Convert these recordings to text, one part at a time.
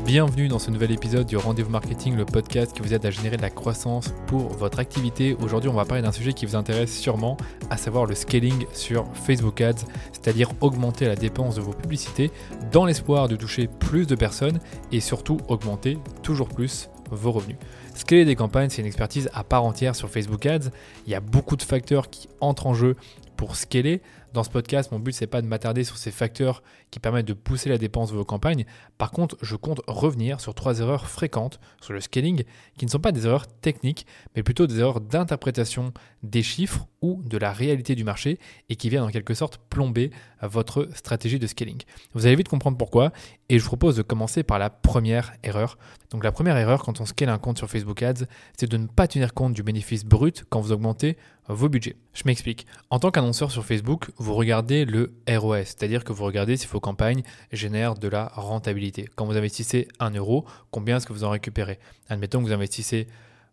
Bienvenue dans ce nouvel épisode du Rendez-vous Marketing, le podcast qui vous aide à générer de la croissance pour votre activité. Aujourd'hui, on va parler d'un sujet qui vous intéresse sûrement, à savoir le scaling sur Facebook Ads, c'est-à-dire augmenter la dépense de vos publicités dans l'espoir de toucher plus de personnes et surtout augmenter toujours plus vos revenus. Scaler des campagnes, c'est une expertise à part entière sur Facebook Ads. Il y a beaucoup de facteurs qui entrent en jeu pour scaler. Dans ce podcast, mon but, c'est pas de m'attarder sur ces facteurs qui permettent de pousser la dépense de vos campagnes. Par contre, je compte revenir sur 3 erreurs fréquentes sur le scaling qui ne sont pas des erreurs techniques, mais plutôt des erreurs d'interprétation des chiffres ou de la réalité du marché et qui viennent en quelque sorte plomber votre stratégie de scaling. Vous allez vite comprendre pourquoi et je vous propose de commencer par la première erreur. Donc la première erreur quand on scale un compte sur Facebook Ads, c'est de ne pas tenir compte du bénéfice brut quand vous augmentez vos budgets. Je m'explique. En tant qu'annonceur sur Facebook, vous regardez le ROS, c'est-à-dire que vous regardez si vos campagnes génèrent de la rentabilité. Quand vous investissez 1 euro, combien est-ce que vous en récupérez ? Admettons que vous investissez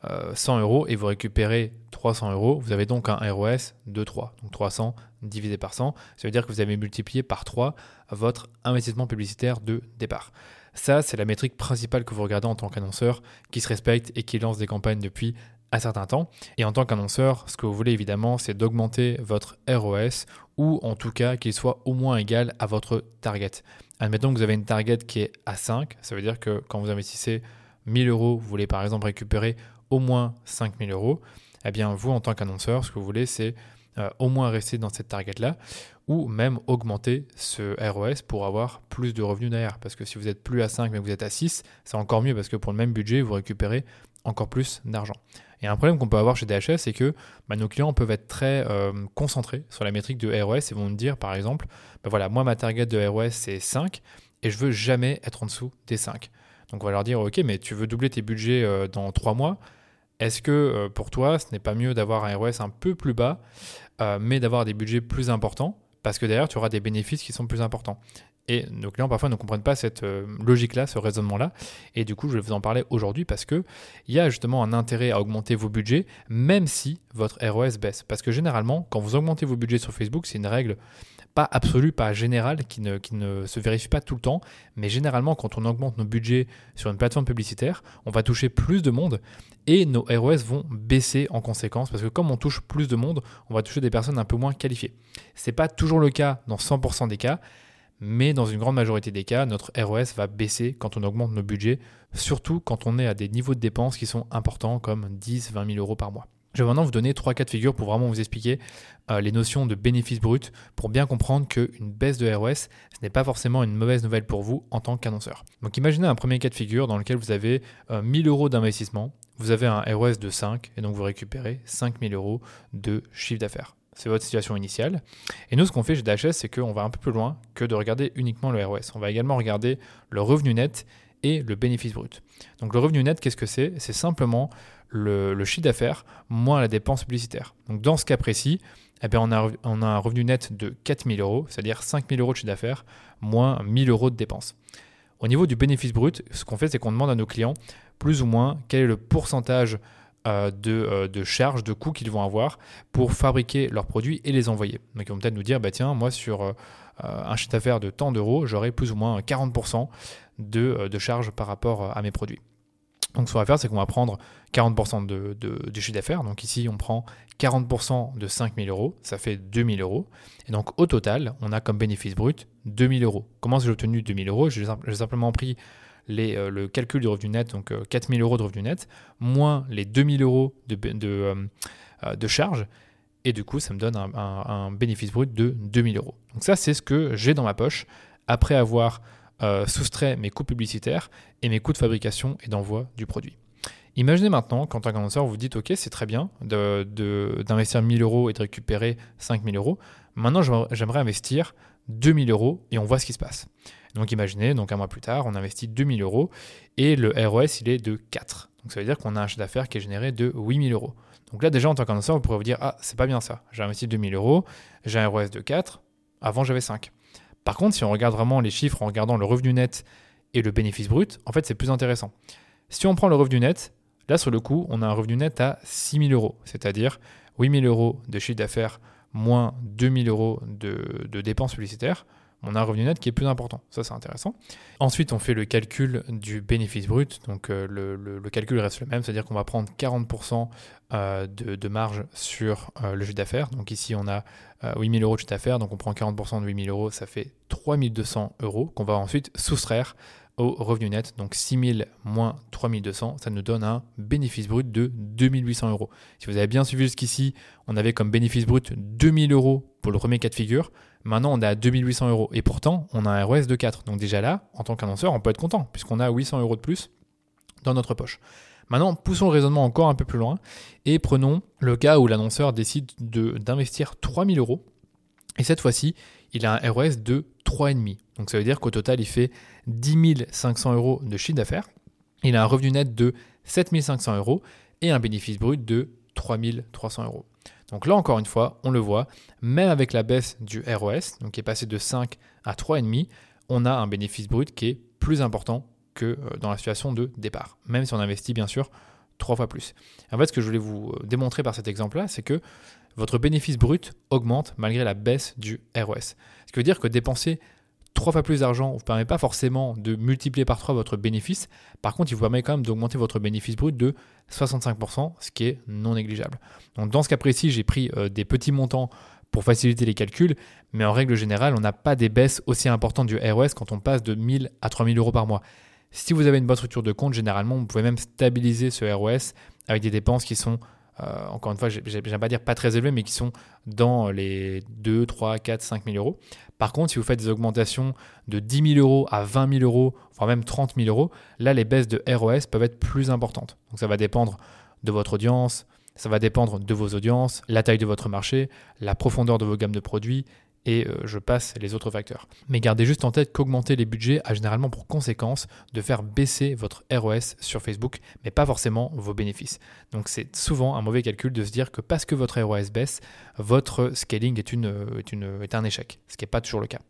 100 euros et vous récupérez 300 euros, vous avez donc un ROS de 3. Donc 300 divisé par 100, ça veut dire que vous avez multiplié par 3 votre investissement publicitaire de départ. Ça, c'est la métrique principale que vous regardez en tant qu'annonceur qui se respecte et qui lance des campagnes depuis un certain temps. Et en tant qu'annonceur, ce que vous voulez évidemment, c'est d'augmenter votre ROS ou en tout cas qu'il soit au moins égal à votre target. Admettons que vous avez une target qui est à 5, ça veut dire que quand vous investissez 1000 euros, vous voulez par exemple récupérer au moins 5000 euros. Eh bien, vous, en tant qu'annonceur, ce que vous voulez, c'est au moins rester dans cette target-là ou même augmenter ce ROS pour avoir plus de revenus derrière. Parce que si vous n'êtes plus à 5 mais que vous êtes à 6, c'est encore mieux parce que pour le même budget, vous récupérez encore plus d'argent. Et un problème qu'on peut avoir chez DHS, c'est que nos clients peuvent être très concentrés sur la métrique de ROS et vont me dire, par exemple, voilà, moi, ma target de ROS, c'est 5 et je veux jamais être en dessous des 5. Donc, on va leur dire, OK, mais tu veux doubler tes budgets dans 3 mois. Est-ce que pour toi, ce n'est pas mieux d'avoir un ROS un peu plus bas, mais d'avoir des budgets plus importants parce que derrière, tu auras des bénéfices qui sont plus importants. Et nos clients, parfois, ne comprennent pas cette logique-là, ce raisonnement-là. Et du coup, je vais vous en parler aujourd'hui parce qu'il y a justement un intérêt à augmenter vos budgets, même si votre ROS baisse. Parce que généralement, quand vous augmentez vos budgets sur Facebook, c'est une règle pas absolue, pas générale, qui ne se vérifie pas tout le temps. Mais généralement, quand on augmente nos budgets sur une plateforme publicitaire, on va toucher plus de monde et nos ROS vont baisser en conséquence. Parce que comme on touche plus de monde, on va toucher des personnes un peu moins qualifiées. Ce n'est pas toujours le cas dans 100% des cas. Mais dans une grande majorité des cas, notre ROS va baisser quand on augmente nos budgets, surtout quand on est à des niveaux de dépenses qui sont importants comme 10-20 000 euros par mois. Je vais maintenant vous donner 3 cas de figure pour vraiment vous expliquer les notions de bénéfice brut pour bien comprendre qu'une baisse de ROS, ce n'est pas forcément une mauvaise nouvelle pour vous en tant qu'annonceur. Donc imaginez un premier cas de figure dans lequel vous avez 1000 euros d'investissement, vous avez un ROS de 5 et donc vous récupérez 5000 euros de chiffre d'affaires. C'est votre situation initiale. Et nous, ce qu'on fait chez DHS, c'est qu'on va un peu plus loin que de regarder uniquement le ROS. On va également regarder le revenu net et le bénéfice brut. Donc le revenu net, qu'est-ce que c'est ? C'est simplement le chiffre d'affaires moins la dépense publicitaire. Donc dans ce cas précis, on a un revenu net de 4000 euros, c'est-à-dire 5000 euros de chiffre d'affaires moins 1000 euros de dépenses. Au niveau du bénéfice brut, ce qu'on fait, c'est qu'on demande à nos clients plus ou moins quel est le pourcentage de charges, de coûts qu'ils vont avoir pour fabriquer leurs produits et les envoyer. Donc ils vont peut-être nous dire, tiens, moi sur un chiffre d'affaires de tant d'euros, j'aurai plus ou moins 40% de charges par rapport à mes produits. Donc ce qu'on va faire, c'est qu'on va prendre 40% du chiffre d'affaires. Donc ici, on prend 40% de 5000 euros, ça fait 2000 euros. Et donc au total, on a comme bénéfice brut 2000 euros. Comment est-ce que j'ai obtenu 2000 euros ? J'ai simplement pris le calcul du revenu net, donc 4000 euros de revenu net, moins les 2000 euros de charges, et du coup, ça me donne un bénéfice brut de 2000 euros. Donc ça, c'est ce que j'ai dans ma poche après avoir soustrait mes coûts publicitaires et mes coûts de fabrication et d'envoi du produit. Imaginez maintenant qu'en tant qu'annonceur, vous vous dites « Ok, c'est très bien d'investir 1000 euros et de récupérer 5000 euros. Maintenant, j'aimerais investir 2000 euros et on voit ce qui se passe. » Donc imaginez, un mois plus tard, on investit 2000 euros et le ROS, il est de 4. Donc ça veut dire qu'on a un chiffre d'affaires qui est généré de 8000 euros. Donc là, déjà, en tant qu'annonceur, vous pourrez vous dire « Ah, c'est pas bien ça. J'ai investi 2000 euros, j'ai un ROS de 4, avant j'avais 5. » Par contre, si on regarde vraiment les chiffres en regardant le revenu net et le bénéfice brut, en fait, c'est plus intéressant. Si on prend le revenu net, là, sur le coup, on a un revenu net à 6000 euros, c'est-à-dire 8000 euros de chiffre d'affaires moins 2000 euros de dépenses publicitaires, on a un revenu net qui est plus important. Ça, c'est intéressant. Ensuite, on fait le calcul du bénéfice brut. Donc, le calcul reste le même, c'est-à-dire qu'on va prendre 40% de marge sur le chiffre d'affaires. Donc ici, on a 8 000 euros de chiffre d'affaires. Donc, on prend 40% de 8 000 euros, ça fait 3 200 euros qu'on va ensuite soustraire au revenu net. Donc 6 000 moins 3 200, ça nous donne un bénéfice brut de 2 800 euros. Si vous avez bien suivi jusqu'ici, on avait comme bénéfice brut 2 000 euros pour le premier cas de figure. Maintenant, on est à 2 800 euros. Et pourtant, on a un ROS de 4. Donc déjà là, en tant qu'annonceur, on peut être content puisqu'on a 800 euros de plus dans notre poche. Maintenant, poussons le raisonnement encore un peu plus loin et prenons le cas où l'annonceur décide d'investir 3 000 euros. Et cette fois-ci, il a un ROS de 3,5. Donc ça veut dire qu'au total, il fait 10 500 euros de chiffre d'affaires. Il a un revenu net de 7 500 euros et un bénéfice brut de 3 300 euros. Donc là, encore une fois, on le voit, même avec la baisse du ROS, donc qui est passé de 5 à 3,5, on a un bénéfice brut qui est plus important que dans la situation de départ, même si on investit bien sûr 3 fois plus. En fait, ce que je voulais vous démontrer par cet exemple-là, c'est que votre bénéfice brut augmente malgré la baisse du ROS. Ce qui veut dire que dépenser 3 fois plus d'argent ne vous permet pas forcément de multiplier par 3 votre bénéfice. Par contre, il vous permet quand même d'augmenter votre bénéfice brut de 65%, ce qui est non négligeable. Donc dans ce cas précis, j'ai pris des petits montants pour faciliter les calculs, mais en règle générale, on n'a pas des baisses aussi importantes du ROS quand on passe de 1 000 à 3 000 euros par mois. Si vous avez une bonne structure de compte, généralement, vous pouvez même stabiliser ce ROS avec des dépenses qui sont, encore une fois, j'aime pas dire pas très élevées, mais qui sont dans les 2, 3, 4, 5 000 euros. Par contre, si vous faites des augmentations de 10 000 euros à 20 000 euros, voire même 30 000 euros, là, les baisses de ROS peuvent être plus importantes. Donc, ça va dépendre de votre audience, ça va dépendre de vos audiences, la taille de votre marché, la profondeur de vos gammes de produits, et je passe les autres facteurs. Mais gardez juste en tête qu'augmenter les budgets a généralement pour conséquence de faire baisser votre ROS sur Facebook, mais pas forcément vos bénéfices. Donc c'est souvent un mauvais calcul de se dire que parce que votre ROS baisse, votre scaling est un échec, ce qui n'est pas toujours le cas.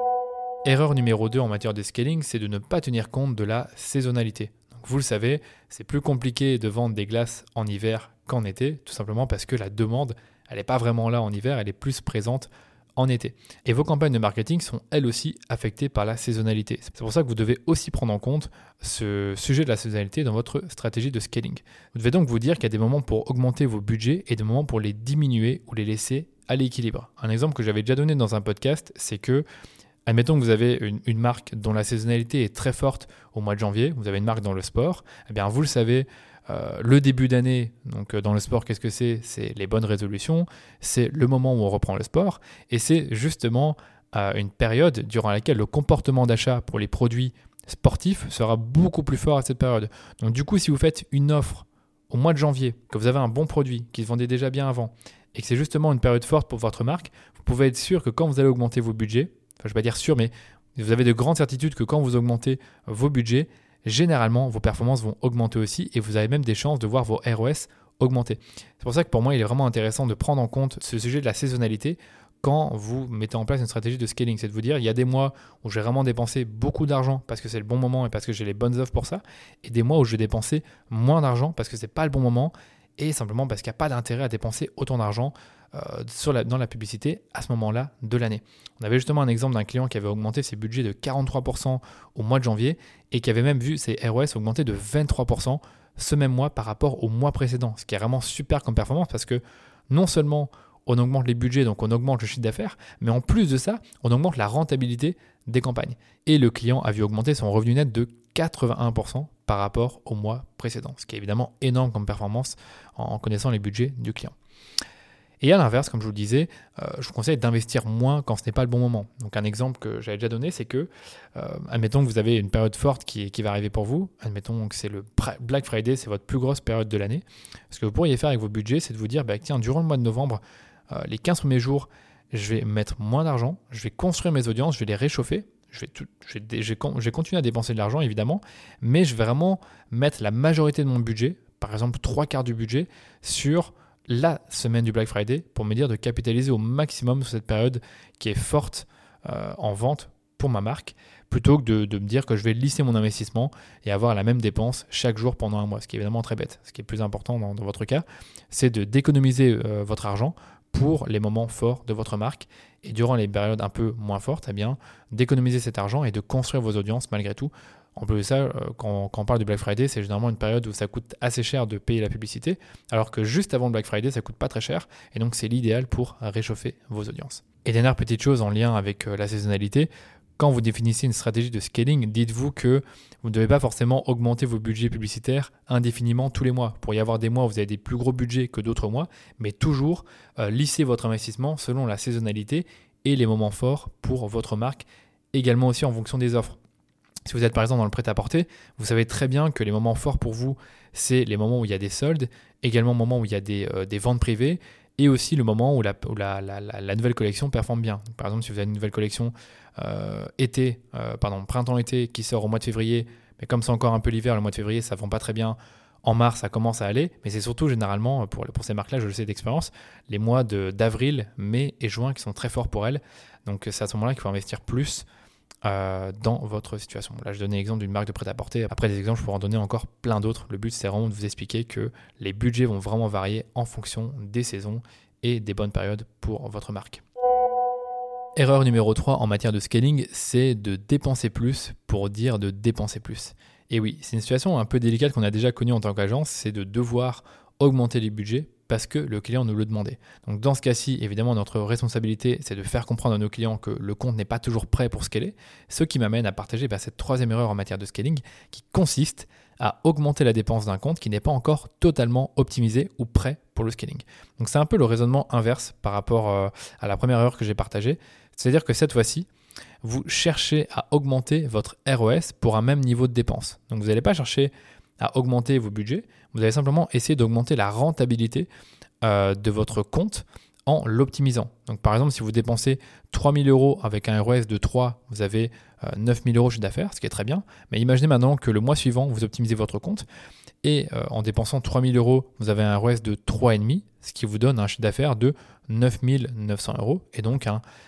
Erreur numéro 2 en matière de scaling, c'est de ne pas tenir compte de la saisonnalité. Donc vous le savez, c'est plus compliqué de vendre des glaces en hiver qu'en été, tout simplement parce que la demande, elle n'est pas vraiment là en hiver, elle est plus présente en été. Et vos campagnes de marketing sont elles aussi affectées par la saisonnalité. C'est pour ça que vous devez aussi prendre en compte ce sujet de la saisonnalité dans votre stratégie de scaling. Vous devez donc vous dire qu'il y a des moments pour augmenter vos budgets et des moments pour les diminuer ou les laisser à l'équilibre. Un exemple que j'avais déjà donné dans un podcast, c'est que admettons que vous avez une marque dont la saisonnalité est très forte au mois de janvier, vous avez une marque dans le sport, eh bien vous le savez, le début d'année, donc dans le sport, qu'est-ce que c'est ? C'est les bonnes résolutions, c'est le moment où on reprend le sport, et c'est justement une période durant laquelle le comportement d'achat pour les produits sportifs sera beaucoup plus fort à cette période. Donc du coup, si vous faites une offre au mois de janvier, que vous avez un bon produit qui se vendait déjà bien avant, et que c'est justement une période forte pour votre marque, vous pouvez être sûr que quand vous allez augmenter vos budgets, enfin je ne vais pas dire sûr, mais vous avez de grandes certitudes que quand vous augmentez vos budgets, généralement, vos performances vont augmenter aussi et vous avez même des chances de voir vos ROS augmenter. C'est pour ça que pour moi, il est vraiment intéressant de prendre en compte ce sujet de la saisonnalité quand vous mettez en place une stratégie de scaling. C'est de vous dire, il y a des mois où je vais vraiment dépenser beaucoup d'argent parce que c'est le bon moment et parce que j'ai les bonnes offres pour ça, et des mois où je vais dépenser moins d'argent parce que c'est pas le bon moment et simplement parce qu'il n'y a pas d'intérêt à dépenser autant d'argent dans la publicité à ce moment-là de l'année. On avait justement un exemple d'un client qui avait augmenté ses budgets de 43% au mois de janvier et qui avait même vu ses ROS augmenter de 23% ce même mois par rapport au mois précédent, ce qui est vraiment super comme performance parce que non seulement on augmente les budgets, donc on augmente le chiffre d'affaires, mais en plus de ça, on augmente la rentabilité des campagnes. Et le client a vu augmenter son revenu net de 81% par rapport au mois précédent, ce qui est évidemment énorme comme performance en connaissant les budgets du client. Et à l'inverse, comme je vous le disais, je vous conseille d'investir moins quand ce n'est pas le bon moment. Donc un exemple que j'avais déjà donné, c'est que, admettons que vous avez une période forte qui va arriver pour vous, admettons que c'est le Black Friday, c'est votre plus grosse période de l'année. Ce que vous pourriez faire avec vos budgets, c'est de vous dire, tiens, durant le mois de novembre, les 15 premiers jours, je vais mettre moins d'argent, je vais construire mes audiences, je vais les réchauffer, je vais continuer à dépenser de l'argent évidemment, mais je vais vraiment mettre la majorité de mon budget, par exemple 3/4 du budget, sur la semaine du Black Friday pour me dire de capitaliser au maximum sur cette période qui est forte en vente pour ma marque, plutôt que de me dire que je vais lisser mon investissement et avoir la même dépense chaque jour pendant un mois, ce qui est évidemment très bête. Ce qui est plus important dans votre cas, c'est d'économiser votre argent pour les moments forts de votre marque et durant les périodes un peu moins fortes, d'économiser cet argent et de construire vos audiences malgré tout. En plus de ça, quand on parle du Black Friday, c'est généralement une période où ça coûte assez cher de payer la publicité, alors que juste avant le Black Friday, ça coûte pas très cher, et donc c'est l'idéal pour réchauffer vos audiences. Et dernière petite chose en lien avec la saisonnalité, quand vous définissez une stratégie de scaling, dites-vous que vous ne devez pas forcément augmenter vos budgets publicitaires indéfiniment tous les mois. Pour y avoir des mois où vous avez des plus gros budgets que d'autres mois, mais toujours lisser votre investissement selon la saisonnalité et les moments forts pour votre marque, également aussi en fonction des offres. Si vous êtes par exemple dans le prêt-à-porter, vous savez très bien que les moments forts pour vous, c'est les moments où il y a des soldes, également le moment où il y a des ventes privées, et aussi le moment où la nouvelle collection performe bien. Par exemple, si vous avez une nouvelle collection printemps-été qui sort au mois de février, mais comme c'est encore un peu l'hiver, le mois de février, ça ne vend pas très bien. En mars, ça commence à aller, mais c'est surtout généralement, pour ces marques-là, je le sais d'expérience, les mois d'avril, mai et juin qui sont très forts pour elles. Donc c'est à ce moment-là qu'il faut investir plus dans votre situation. Là, je donnais l'exemple d'une marque de prêt-à-porter. Après des exemples, je pourrais en donner encore plein d'autres. Le but, c'est vraiment de vous expliquer que les budgets vont vraiment varier en fonction des saisons et des bonnes périodes pour votre marque. Erreur numéro 3 en matière de scaling, c'est de dépenser plus pour dire de dépenser plus. Et oui, c'est une situation un peu délicate qu'on a déjà connue en tant qu'agence, c'est de devoir augmenter les budgets parce que le client nous le demandait. Donc dans ce cas-ci, évidemment, notre responsabilité, c'est de faire comprendre à nos clients que le compte n'est pas toujours prêt pour scaler, ce qui m'amène à partager cette troisième erreur en matière de scaling qui consiste à augmenter la dépense d'un compte qui n'est pas encore totalement optimisé ou prêt pour le scaling. Donc c'est un peu le raisonnement inverse par rapport à la première erreur que j'ai partagée, c'est-à-dire que cette fois-ci, vous cherchez à augmenter votre ROS pour un même niveau de dépense. Donc vous n'allez pas chercher à augmenter vos budgets, vous allez simplement essayer d'augmenter la rentabilité de votre compte en l'optimisant. Donc par exemple, si vous dépensez 3 000 € avec un ROS de 3, vous avez 9 000 € de chiffre d'affaires, ce qui est très bien. Mais imaginez maintenant que le mois suivant, vous optimisez votre compte et en dépensant 3 000 €, vous avez un ROS de 3,5, ce qui vous donne un chiffre d'affaires de 9 900 € et donc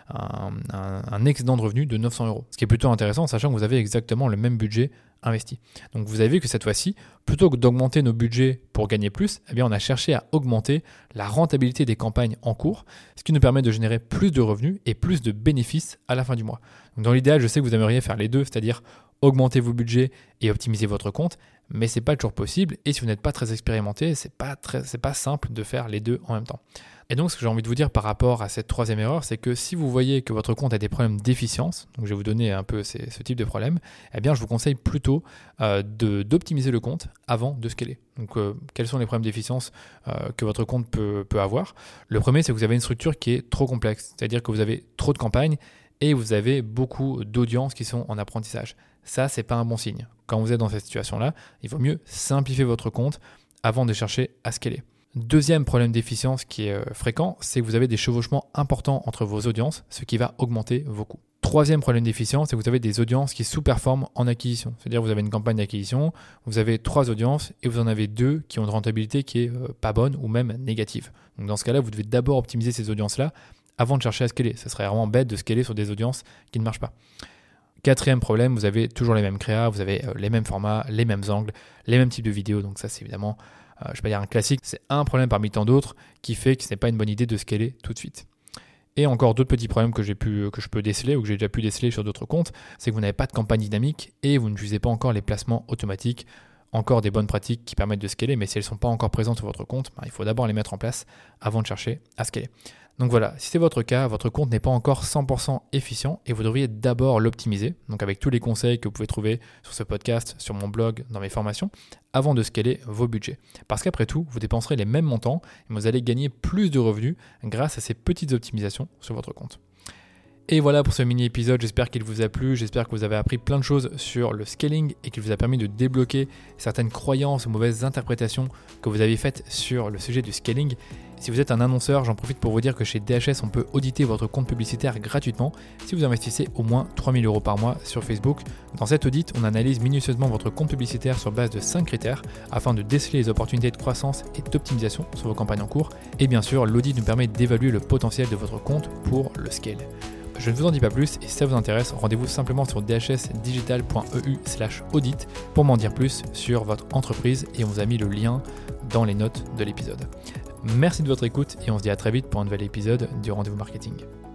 un excédent de revenus de 900 €. Ce qui est plutôt intéressant, sachant que vous avez exactement le même budget investi. Donc vous avez vu que cette fois-ci, plutôt que d'augmenter nos budgets pour gagner plus, on a cherché à augmenter la rentabilité des campagnes en cours, ce qui nous permet de générer plus de revenus et plus de bénéfices à la fin du mois. Donc dans l'idéal, je sais que vous aimeriez faire les deux, c'est-à-dire augmenter vos budgets et optimiser votre compte, mais ce n'est pas toujours possible et si vous n'êtes pas très expérimenté, c'est pas simple de faire les deux en même temps. Et donc ce que j'ai envie de vous dire par rapport à cette troisième erreur, c'est que si vous voyez que votre compte a des problèmes d'efficience, donc je vais vous donner un peu ce type de problème, je vous conseille plutôt d'optimiser le compte avant de scaler. Donc quels sont les problèmes d'efficience que votre compte peut avoir ? Le premier, c'est que vous avez une structure qui est trop complexe, c'est-à-dire que vous avez trop de campagnes et vous avez beaucoup d'audiences qui sont en apprentissage. Ça, c'est pas un bon signe. Quand vous êtes dans cette situation-là, il vaut mieux simplifier votre compte avant de chercher à scaler. Deuxième problème d'efficience qui est fréquent, c'est que vous avez des chevauchements importants entre vos audiences, ce qui va augmenter vos coûts. Troisième problème d'efficience, c'est que vous avez des audiences qui sous-performent en acquisition. C'est-à-dire que vous avez une campagne d'acquisition, vous avez 3 audiences et vous en avez 2 qui ont une rentabilité qui est pas bonne ou même négative. Donc dans ce cas-là, vous devez d'abord optimiser ces audiences-là avant de chercher à scaler. Ce serait vraiment bête de scaler sur des audiences qui ne marchent pas. Quatrième problème, vous avez toujours les mêmes créas, vous avez les mêmes formats, les mêmes angles, les mêmes types de vidéos. Donc ça, c'est évidemment, je ne vais pas dire un classique, c'est un problème parmi tant d'autres qui fait que ce n'est pas une bonne idée de scaler tout de suite. Et encore d'autres petits problèmes que je peux déceler ou que j'ai déjà pu déceler sur d'autres comptes, c'est que vous n'avez pas de campagne dynamique et vous n'utilisez pas encore les placements automatiques, encore des bonnes pratiques qui permettent de scaler, mais si elles ne sont pas encore présentes sur votre compte, il faut d'abord les mettre en place avant de chercher à scaler. Donc voilà, si c'est votre cas, votre compte n'est pas encore 100% efficient et vous devriez d'abord l'optimiser, donc avec tous les conseils que vous pouvez trouver sur ce podcast, sur mon blog, dans mes formations, avant de scaler vos budgets. Parce qu'après tout, vous dépenserez les mêmes montants et vous allez gagner plus de revenus grâce à ces petites optimisations sur votre compte. Et voilà pour ce mini-épisode, j'espère qu'il vous a plu, j'espère que vous avez appris plein de choses sur le scaling et qu'il vous a permis de débloquer certaines croyances ou mauvaises interprétations que vous avez faites sur le sujet du scaling. Si vous êtes un annonceur, j'en profite pour vous dire que chez DHS, on peut auditer votre compte publicitaire gratuitement si vous investissez au moins 3 000 € par mois sur Facebook. Dans cet audit, on analyse minutieusement votre compte publicitaire sur base de 5 critères afin de déceler les opportunités de croissance et d'optimisation sur vos campagnes en cours. Et bien sûr, l'audit nous permet d'évaluer le potentiel de votre compte pour le scale. Je ne vous en dis pas plus et si ça vous intéresse, rendez-vous simplement sur dhsdigital.eu/audit pour m'en dire plus sur votre entreprise et on vous a mis le lien dans les notes de l'épisode. Merci de votre écoute et on se dit à très vite pour un nouvel épisode du Rendez-vous Marketing.